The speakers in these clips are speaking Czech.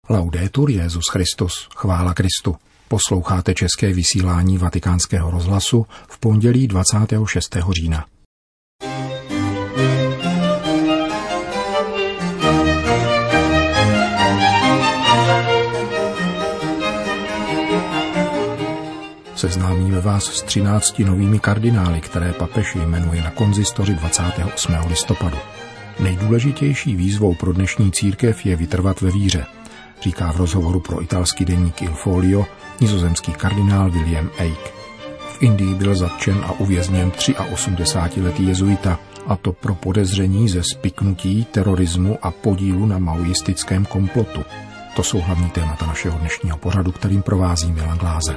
Laudetur Jesus Christus, chvála Kristu. Posloucháte české vysílání Vatikánského rozhlasu v pondělí 26. října. Seznámíme vás s 13 novými kardinály, které papež jmenuje na konzistoři 28. listopadu. Nejdůležitější výzvou pro dnešní církev je vytrvat ve víře, říká v rozhovoru pro italský deník Il Foglio nizozemský kardinál William Eick. V Indii byl zatčen a uvězněn 83letý jezuita, a to pro podezření ze spiknutí, terorismu a podílu na maoistickém komplotu. To jsou hlavní témata našeho dnešního pořadu, kterým provází Milan Glázer.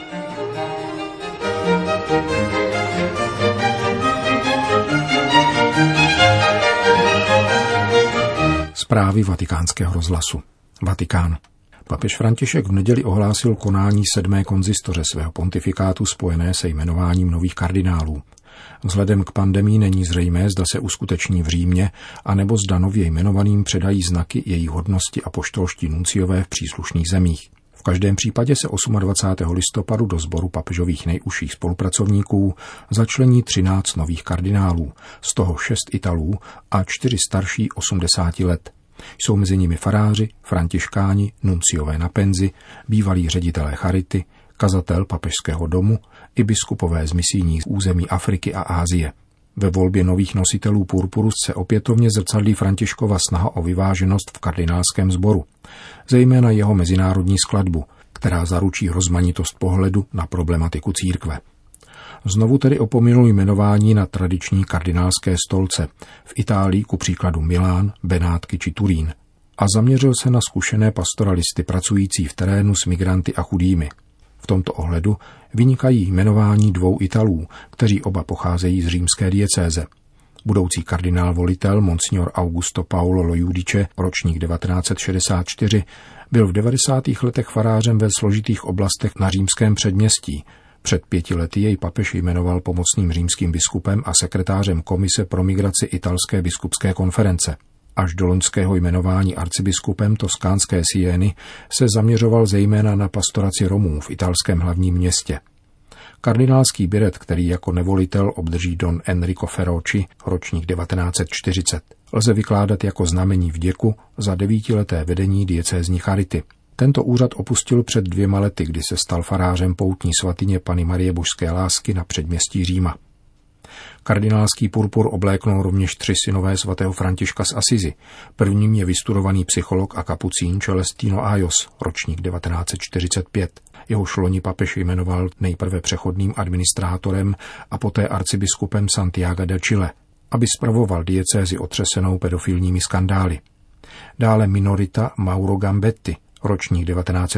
Zprávy Vatikánského rozhlasu. Vatikán. Papež František v neděli ohlásil konání 7. konzistoře svého pontifikátu spojené se jmenováním nových kardinálů. Vzhledem k pandemii není zřejmé, zda se uskuteční v Římě, anebo zda nově jmenovaným předají znaky její hodnosti apoštolští nunciové v příslušných zemích. V každém případě se 28. listopadu do sboru papežových nejužších spolupracovníků začlení 13 nových kardinálů, z toho 6 Italů a 4 starší 80 let. Jsou mezi nimi faráři, františkáni, nunciové na penzi, bývalí ředitelé charity, kazatel papežského domu i biskupové z misijních území Afriky a Asie. Ve volbě nových nositelů purpuru se opětovně zrcadlí Františkova snaha o vyváženost v kardinálském sboru, zejména jeho mezinárodní skladbu, která zaručí rozmanitost pohledu na problematiku církve. Znovu tedy opominul jmenování na tradiční kardinálské stolce, v Itálii ku příkladu Milán, Benátky či Turín, a zaměřil se na zkušené pastoralisty pracující v terénu s migranty a chudými. V tomto ohledu vynikají jmenování 2 Italů, kteří oba pocházejí z římské diecéze. Budoucí kardinál volitel Monsignor Augusto Paolo Lo Judice, ročník 1964, byl v 90. letech farářem ve složitých oblastech na římském předměstí. Před 5 lety jej papež jmenoval pomocným římským biskupem a sekretářem komise pro migraci italské biskupské konference. Až do loňského jmenování arcibiskupem toskánské Sieny se zaměřoval zejména na pastoraci Romů v italském hlavním městě. Kardinálský biret, který jako nevolitel obdrží don Enrico Ferrocci, ročník 1940, lze vykládat jako znamení vděku za 9leté vedení diecézní charity. Tento úřad opustil před 2 lety, kdy se stal farářem poutní svatyně Panny Marie Božské lásky na předměstí Říma. Kardinálský purpur obléknou rovněž 3 synové svatého Františka z Asizi. Prvním je vystudovaný psycholog a kapucín Celestino Ayos, ročník 1945. Jehož loni papež jmenoval nejprve přechodným administrátorem a poté arcibiskupem Santiaga del Chile, aby spravoval diecézi otřesenou pedofilními skandály. Dále minorita Mauro Gambetti, ročník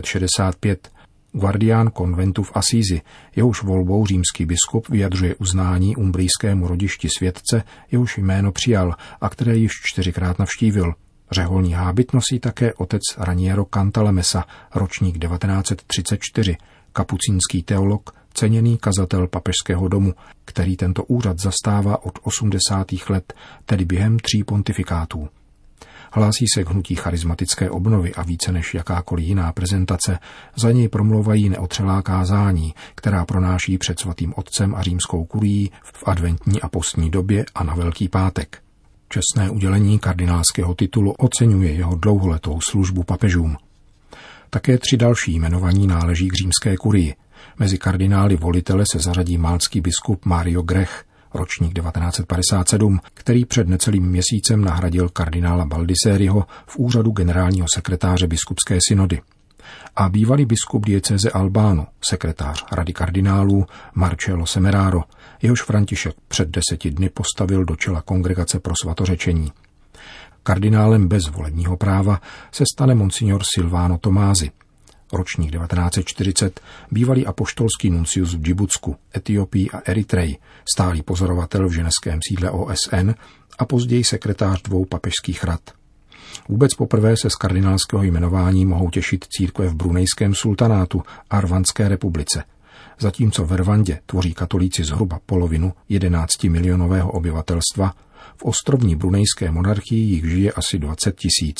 1965, guardián konventu v Asízi, jehož volbou římský biskup vyjadřuje uznání umbrijskému rodišti světce, jehož jméno přijal a které již 4krát navštívil. Řeholní hábit nosí také otec Raniero Cantalamessa, ročník 1934, kapucínský teolog, ceněný kazatel papežského domu, který tento úřad zastává od 80. let, tedy během 3 pontifikátů. Hlásí se k hnutí charismatické obnovy a více než jakákoliv jiná prezentace za něj promlouvají neotřelá kázání, která pronáší před svatým otcem a římskou kurií v adventní a postní době a na Velký pátek. Čestné udělení kardinálského titulu oceňuje jeho dlouholetou službu papežům. Také 3 další jmenovaní náleží k římské kurii. Mezi kardinály volitele se zařadí maltský biskup Mario Grech, ročník 1957, který před necelým měsícem nahradil kardinála Baldisseriho v úřadu generálního sekretáře biskupské synody. A bývalý biskup diecéze Albano, sekretář rady kardinálů Marcello Semeraro, jehož František před 10 dny postavil do čela kongregace pro svatořečení. Kardinálem bez volebního práva se stane monsignor Silvano Tomasi, ročník 1940, bývalý apoštolský nuncius v Džibutsku, Etiopii a Eritreji, stálý pozorovatel v ženevském sídle OSN a později sekretář 2 papežských rad. Vůbec poprvé se z kardinálského jmenování mohou těšit církve v brunejském sultanátu a Rwandské republice. Zatímco ve Rwandě tvoří katolíci zhruba polovinu 11milionového obyvatelstva, v ostrovní brunejské monarchii jich žije asi 20 000.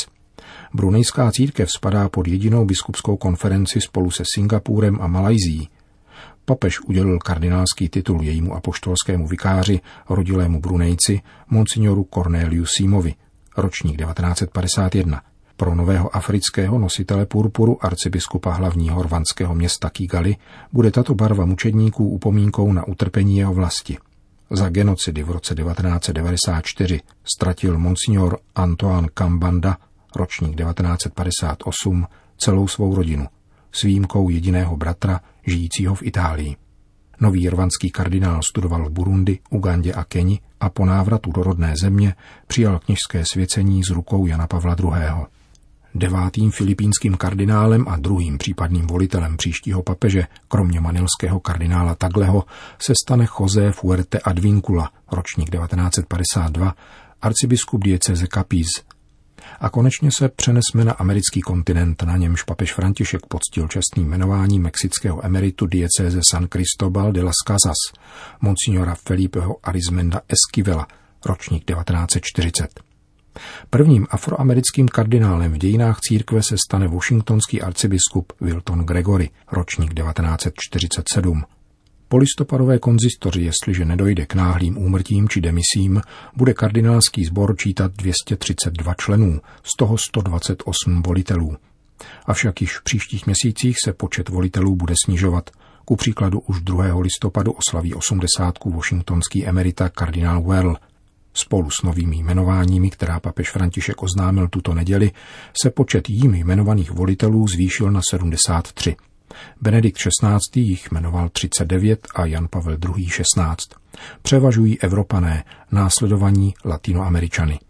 Brunejská církev spadá pod jedinou biskupskou konferenci spolu se Singapurem a Malajsií. Papež udělil kardinálský titul jejímu apoštolskému vikáři, rodilému Brunejci, monsignoru Corneliu Simovi, ročník 1951. Pro nového afrického nositele purpuru arcibiskupa hlavního rwandského města Kigali bude tato barva mučedníků upomínkou na utrpení jeho vlasti. Za genocidy v roce 1994 ztratil monsignor Antoine Kambanda, ročník 1958, celou svou rodinu, s výjimkou jediného bratra, žijícího v Itálii. Nový rwandský kardinál studoval v Burundi, Ugandě a Keni a po návratu do rodné země přijal kněžské svěcení z rukou Jana Pavla II. 9. filipínským kardinálem a druhým případným volitelem příštího papeže, kromě manilského kardinála Tagleho, se stane José Fuerte Advíncula, ročník 1952, arcibiskup diecéze Capiz. A konečně se přenesme na americký kontinent, na němž papež František poctil čestným jmenováním mexického emeritu diecéze San Cristóbal de las Casas, monsignora Felipeho Arizmenda Esquivela, ročník 1940. Prvním afroamerickým kardinálem v dějinách církve se stane washingtonský arcibiskup Wilton Gregory, ročník 1947. Po listopadové konzistoři, jestliže nedojde k náhlým úmrtím či demisím, bude kardinálský sbor čítat 232 členů, z toho 128 volitelů. Avšak již v příštích měsících se počet volitelů bude snižovat. Ku příkladu už 2. listopadu oslaví 80 washingtonský emerita kardinál Well. Spolu s novými jmenováními, která papež František oznámil tuto neděli, se počet jimi jmenovaných volitelů zvýšil na 73. Benedikt XVI. Jich jmenoval 39 a Jan Pavel II. 16. Převažují Evropané, následovaní Latinoameričany.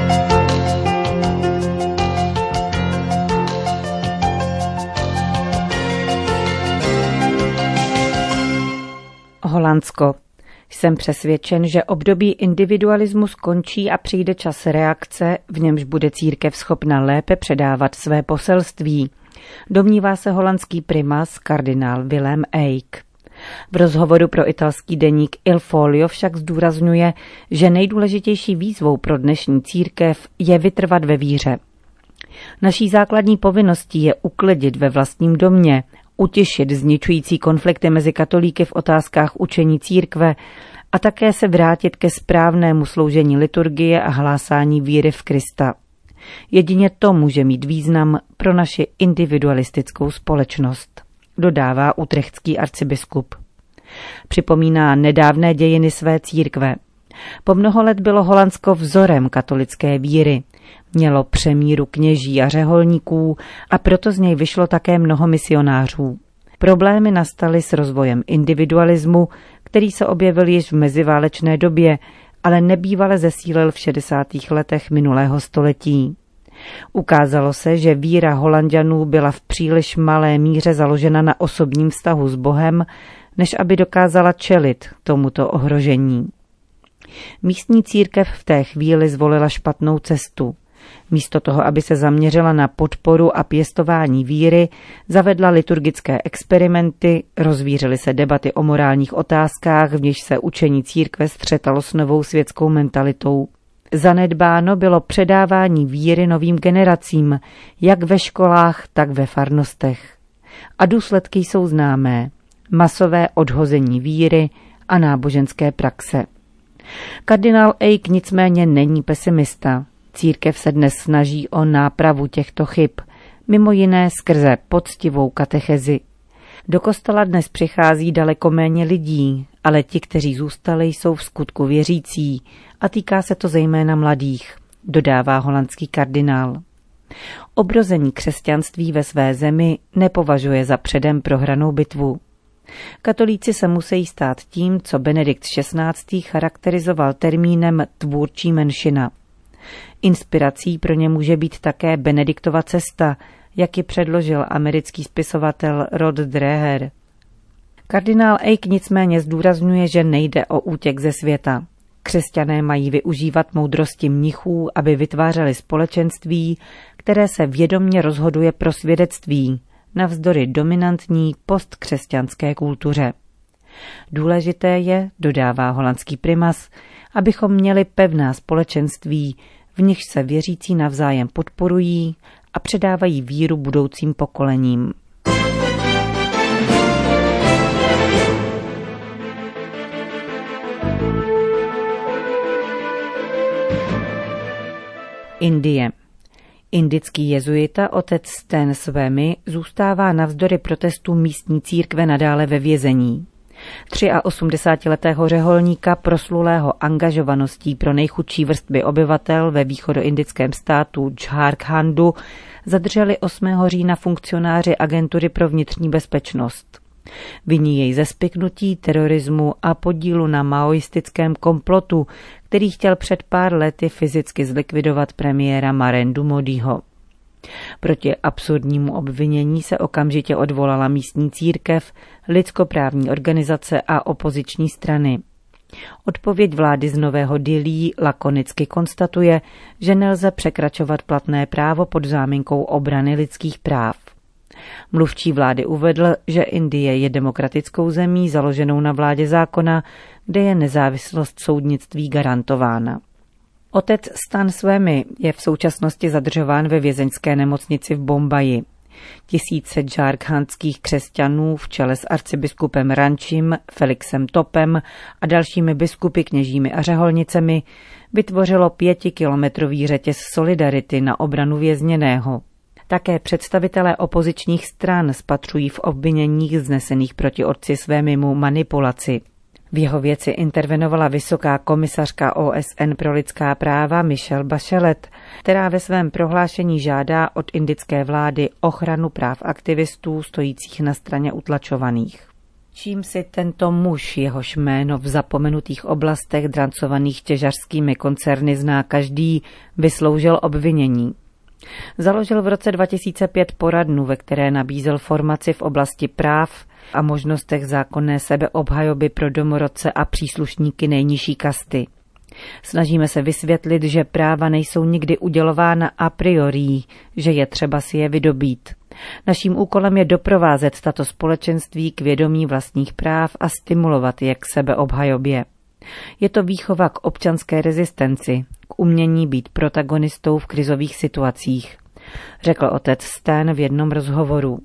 Holandsko. Jsem přesvědčen, že období individualismu skončí a přijde čas reakce, v němž bude církev schopna lépe předávat své poselství. Domnívá se holandský primas kardinál Willem Eyck. V rozhovoru pro italský deník Il Foglio však zdůrazňuje, že nejdůležitější výzvou pro dnešní církev je vytrvat ve víře. Naší základní povinností je uklidit ve vlastním domě, utěšit zničující konflikty mezi katolíky v otázkách učení církve a také se vrátit ke správnému sloužení liturgie a hlásání víry v Krista. Jedině to může mít význam pro naši individualistickou společnost, dodává utrechtský arcibiskup. Připomíná nedávné dějiny své církve. Po mnoho let bylo Holandsko vzorem katolické víry. Mělo přemíru kněží a řeholníků a proto z něj vyšlo také mnoho misionářů. Problémy nastaly s rozvojem individualismu, který se objevil již v meziválečné době, ale nebývale zesílil v 60. letech minulého století. Ukázalo se, že víra Holanďanů byla v příliš malé míře založena na osobním vztahu s Bohem, než aby dokázala čelit tomuto ohrožení. Místní církev v té chvíli zvolila špatnou cestu. Místo toho, aby se zaměřila na podporu a pěstování víry, zavedla liturgické experimenty, rozvířily se debaty o morálních otázkách, v nichž se učení církve střetalo s novou světskou mentalitou. Zanedbáno bylo předávání víry novým generacím, jak ve školách, tak ve farnostech. A důsledky jsou známé. Masové odhození víry a náboženské praxe. Kardinál Eyck nicméně není pesimista. Církev se dnes snaží o nápravu těchto chyb, mimo jiné skrze poctivou katechezi. Do kostela dnes přichází daleko méně lidí, ale ti, kteří zůstali, jsou v skutku věřící a týká se to zejména mladých, dodává holandský kardinál. Obrození křesťanství ve své zemi nepovažuje za předem prohranou bitvu. Katolíci se musí stát tím, co Benedikt XVI. Charakterizoval termínem tvůrčí menšina. Inspirací pro ně může být také Benediktova cesta, jak ji předložil americký spisovatel Rod Dreher. Kardinál Eyck nicméně zdůrazňuje, že nejde o útěk ze světa. Křesťané mají využívat moudrosti mnichů, aby vytvářeli společenství, které se vědomě rozhoduje pro svědectví, navzdory dominantní postkřesťanské kultuře. Důležité je, dodává holandský primas, abychom měli pevná společenství, v nichž se věřící navzájem podporují a předávají víru budoucím pokolením. Indie. Indický jezuita otec Stan Swamy zůstává navzdory protestům místní církve nadále ve vězení. 83letého řeholníka proslulého angažovaností pro nejchudší vrstvy obyvatel ve východoindickém státu Jharkhandu zadrželi 8. října funkcionáři agentury pro vnitřní bezpečnost. Viní jej ze spiknutí, terorismu a podílu na maoistickém komplotu, který chtěl před pár lety fyzicky zlikvidovat premiéra Narendu Modiho. Proti absurdnímu obvinění se okamžitě odvolala místní církev, lidskoprávní organizace a opoziční strany. Odpověď vlády z Nového Dillí lakonicky konstatuje, že nelze překračovat platné právo pod záminkou obrany lidských práv. Mluvčí vlády uvedl, že Indie je demokratickou zemí založenou na vládě zákona, kde je nezávislost soudnictví garantována. Otec Stan Swamy je v současnosti zadržován ve vězeňské nemocnici v Bombaji. Tisíce džárkhandských křesťanů v čele s arcibiskupem Rančím, Felixem Topem a dalšími biskupy, kněžími a řeholnicemi vytvořilo 5kilometrový řetěz solidarity na obranu vězněného. Také představitelé opozičních stran spatřují v obviněních vznesených proti otci Swamymu manipulaci. V jeho věci intervenovala vysoká komisařka OSN pro lidská práva Michelle Bachelet, která ve svém prohlášení žádá od indické vlády ochranu práv aktivistů stojících na straně utlačovaných. Čím si tento muž, jehož jméno v zapomenutých oblastech drancovaných těžařskými koncerny zná každý, vysloužil obvinění. Založil v roce 2005 poradnu, ve které nabízel formaci v oblasti práv a možnostech zákonné sebeobhajoby pro domorodce a příslušníky nejnižší kasty. Snažíme se vysvětlit, že práva nejsou nikdy udělována a priori, že je třeba si je vydobít. Naším úkolem je doprovázet tato společenství k vědomí vlastních práv a stimulovat je k sebeobhajobě. Je to výchova k občanské rezistenci, k umění být protagonistou v krizových situacích, řekl otec Stan v jednom rozhovoru.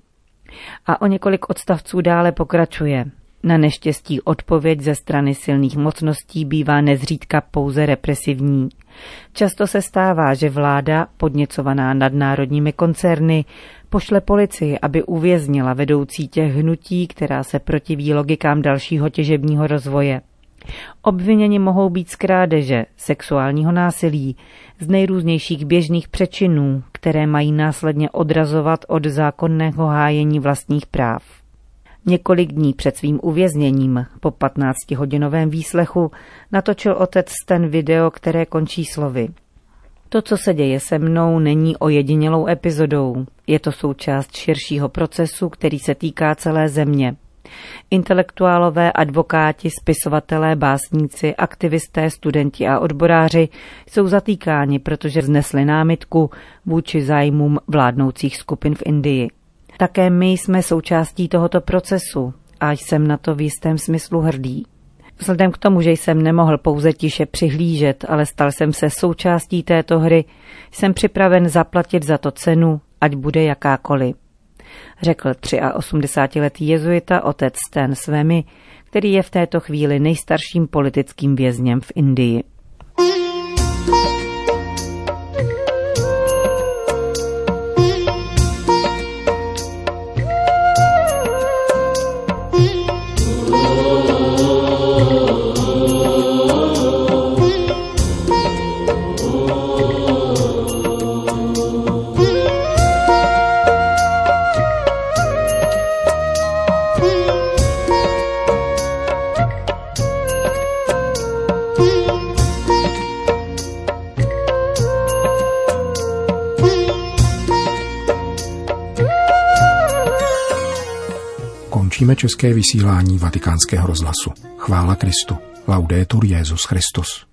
A o několik odstavců dále pokračuje. Na neštěstí odpověď ze strany silných mocností bývá nezřídka pouze represivní. Často se stává, že vláda, podněcovaná nadnárodními koncerny, pošle policii, aby uvěznila vedoucí těch hnutí, která se protiví logikám dalšího těžebního rozvoje. Obviněni mohou být z krádeže, sexuálního násilí, z nejrůznějších běžných přečinů, které mají následně odrazovat od zákonného hájení vlastních práv. Několik dní před svým uvězněním, po 15hodinovém výslechu, natočil otec Stan video, které končí slovy. To, co se děje se mnou, není ojedinělou epizodou. Je to součást širšího procesu, který se týká celé země. Intelektuálové, advokáti, spisovatelé, básníci, aktivisté, studenti a odboráři jsou zatýkáni, protože vznesli námitku vůči zájmům vládnoucích skupin v Indii. Také my jsme součástí tohoto procesu a jsem na to v jistém smyslu hrdý. Vzhledem k tomu, že jsem nemohl pouze tiše přihlížet, ale stal jsem se součástí této hry, jsem připraven zaplatit za to cenu, ať bude jakákoliv, řekl 83letý jezuita otec Stan Swamy, který je v této chvíli nejstarším politickým vězněm v Indii. Končíme české vysílání Vatikánského rozhlasu. Chvála Kristu. Laudetur Jesus Christus.